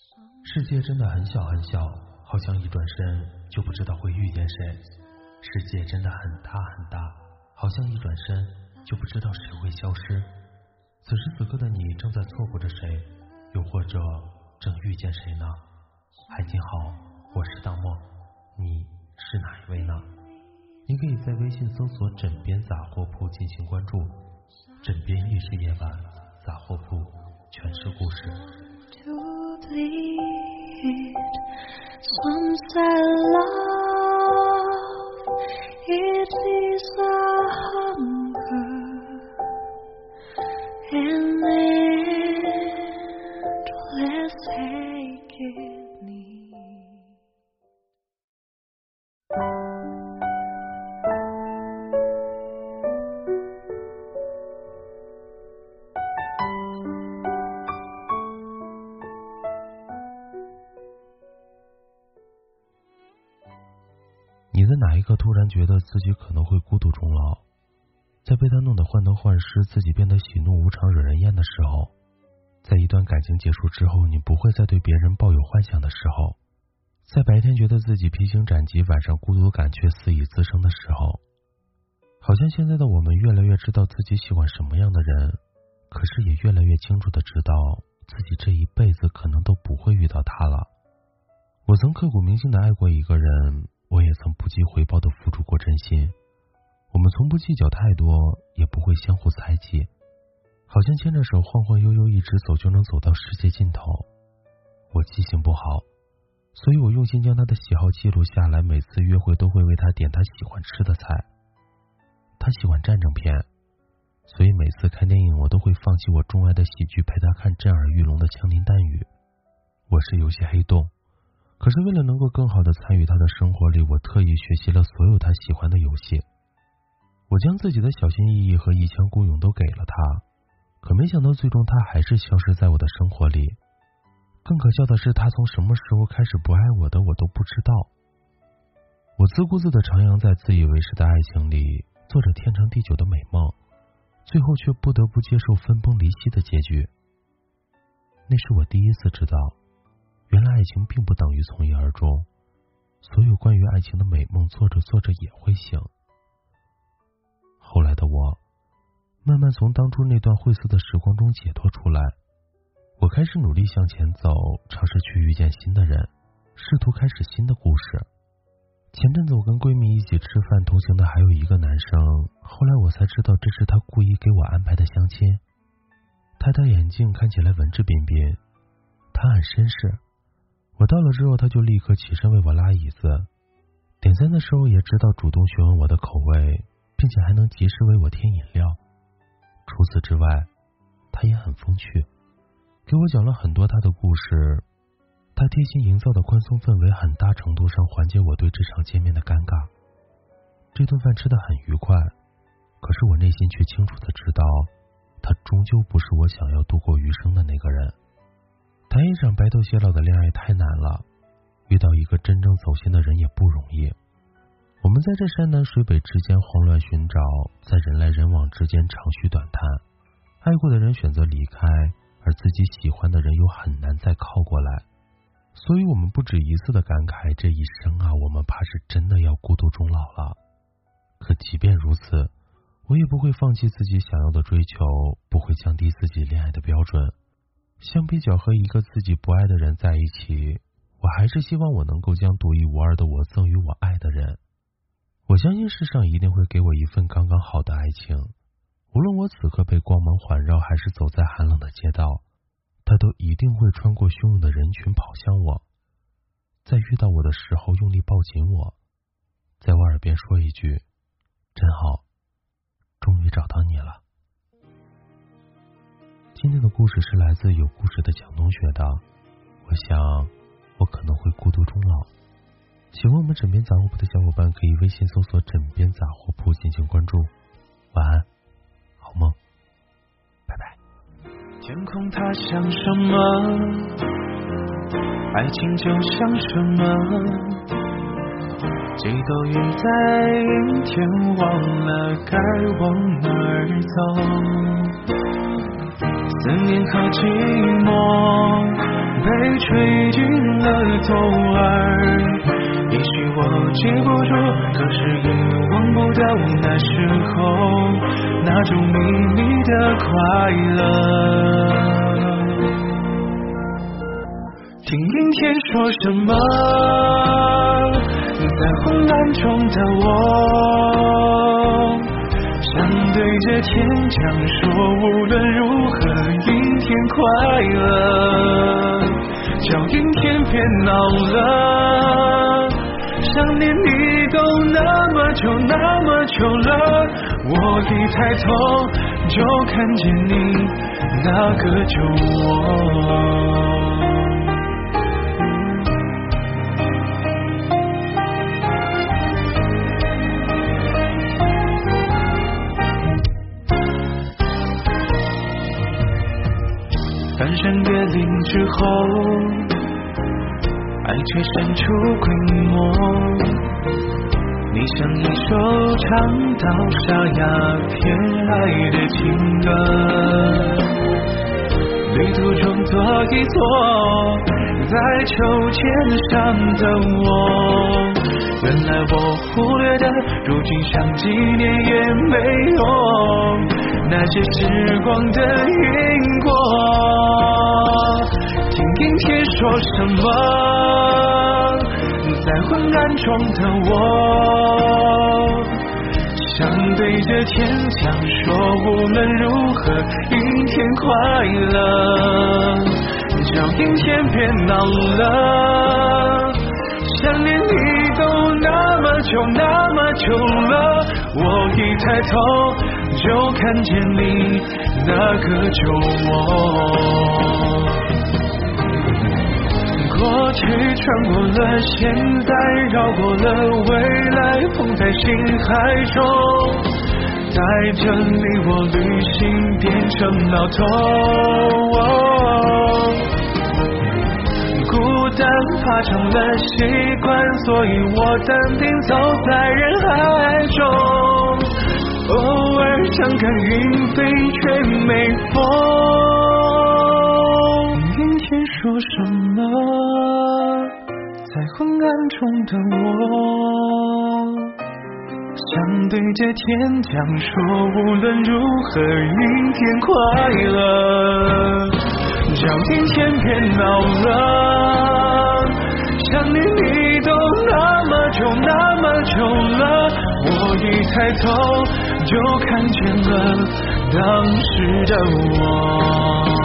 世界真的很小很小，好像一转身就不知道会遇见谁。世界真的很大很大，好像一转身就不知道谁会消失。此时此刻的你正在错过着谁，又或者正遇见谁呢？嗨，你好，我是大漠，你是哪一位呢？你可以在微信搜索枕边杂货铺进行关注，枕边亦是夜晚，杂货铺全是故事。 Some say love, it is a hunger, and endless aching need. 你在哪一刻突然觉得自己可能会孤独终老？在被他弄得患得患失，自己变得喜怒无常惹人厌的时候，在一段感情结束之后，你不会再对别人抱有幻想的时候，在白天觉得自己披荆斩棘，晚上孤独感却肆意滋生的时候，好像现在的我们越来越知道自己喜欢什么样的人，可是也越来越清楚地知道自己这一辈子可能都不会遇到他了。我曾刻骨铭心地爱过一个人，我也曾不计回报地付出过真心，我们从不计较太多，也不会相互猜忌，好像牵着手晃晃悠悠一直走就能走到世界尽头。我记性不好，所以我用心将他的喜好记录下来，每次约会都会为他点他喜欢吃的菜。他喜欢战争片，所以每次看电影我都会放弃我钟爱的喜剧，陪他看震耳欲聋的枪林弹雨。我是游戏黑洞，可是为了能够更好地参与他的生活里，我特意学习了所有他喜欢的游戏。我将自己的小心翼翼和一腔孤勇都给了他，可没想到最终他还是消失在我的生活里。更可笑的是，他从什么时候开始不爱我的，我都不知道。我自顾自地徜徉在自以为是的爱情里，做着天长地久的美梦，最后却不得不接受分崩离析的结局。那是我第一次知道，原来爱情并不等于从一而终，所有关于爱情的美梦做着做着也会醒。后来的我慢慢从当初那段晦涩的时光中解脱出来，我开始努力向前走，尝试去遇见新的人，试图开始新的故事。前阵子我跟闺蜜一起吃饭，同行的还有一个男生，后来我才知道这是他故意给我安排的相亲。他戴眼镜，看起来文质彬彬，他很绅士。我到了之后，他就立刻起身为我拉椅子，点餐的时候也知道主动询问我的口味，并且还能及时为我添饮料。除此之外，他也很风趣，给我讲了很多他的故事。他贴心营造的宽松氛围，很大程度上缓解我对这场见面的尴尬。这顿饭吃得很愉快，可是我内心却清楚地知道，他终究不是我想要度过余生的那个人。谈一场白头偕老的恋爱太难了，遇到一个真正走心的人也不容易。我们在这山南水北之间慌乱寻找，在人来人往之间长吁短叹。爱过的人选择离开，而自己喜欢的人又很难再靠过来。所以我们不止一次的感慨，这一生啊，我们怕是真的要孤独终老了。可即便如此，我也不会放弃自己想要的追求，不会降低自己恋爱的标准。相比较和一个自己不爱的人在一起，我还是希望我能够将独一无二的我赠予我爱的人。我相信世上一定会给我一份刚刚好的爱情，无论我此刻被光芒环绕，还是走在寒冷的街道，他都一定会穿过汹涌的人群跑向我，在遇到我的时候用力抱紧我，在我耳边说一句真好，终于找到你了。今天的故事是来自有故事的蒋同学的，我想我可能会孤独终老。喜欢我们枕边杂货铺的小伙伴可以微信搜索枕边杂货铺进行关注。晚安，好梦，拜拜。 天空它像什么？爱情就像什么？几朵云在阴天，忘了该往哪儿走。思念和寂寞被吹进了左耳。也许我记不住，可是也忘不掉那时候那种秘密的快乐。听阴天说什么，在昏暗中的我，想对着天讲说，无论如何阴天快乐。叫阴天别闹了，想念你都那么久那么久了，我一抬头就看见你，那个就我。翻山越岭之后，爱却生出规模。你像一首唱到沙哑偏爱的情歌，旅途中坐一坐，在秋千上的我，原来我忽略的，如今想纪念也没用，那些时光的因果。听阴天说什么，在昏暗中的我，想对着天讲说，无论如何阴天快乐。叫阴天别闹了，想念你都那么久那么久了，我一抬头就看见你，那个就我。过去穿过了现在，绕过了未来，风在心海中带着你我旅行变成老头。孤单怕成了习惯，所以我淡定走在人海中，偶尔想看云飞却没风。阴天说什么，在昏暗中的我，想对着天讲说，无论如何阴天快乐。叫阴天别闹了，想念你都那么久那么久了，我一抬头就看见了当时的我。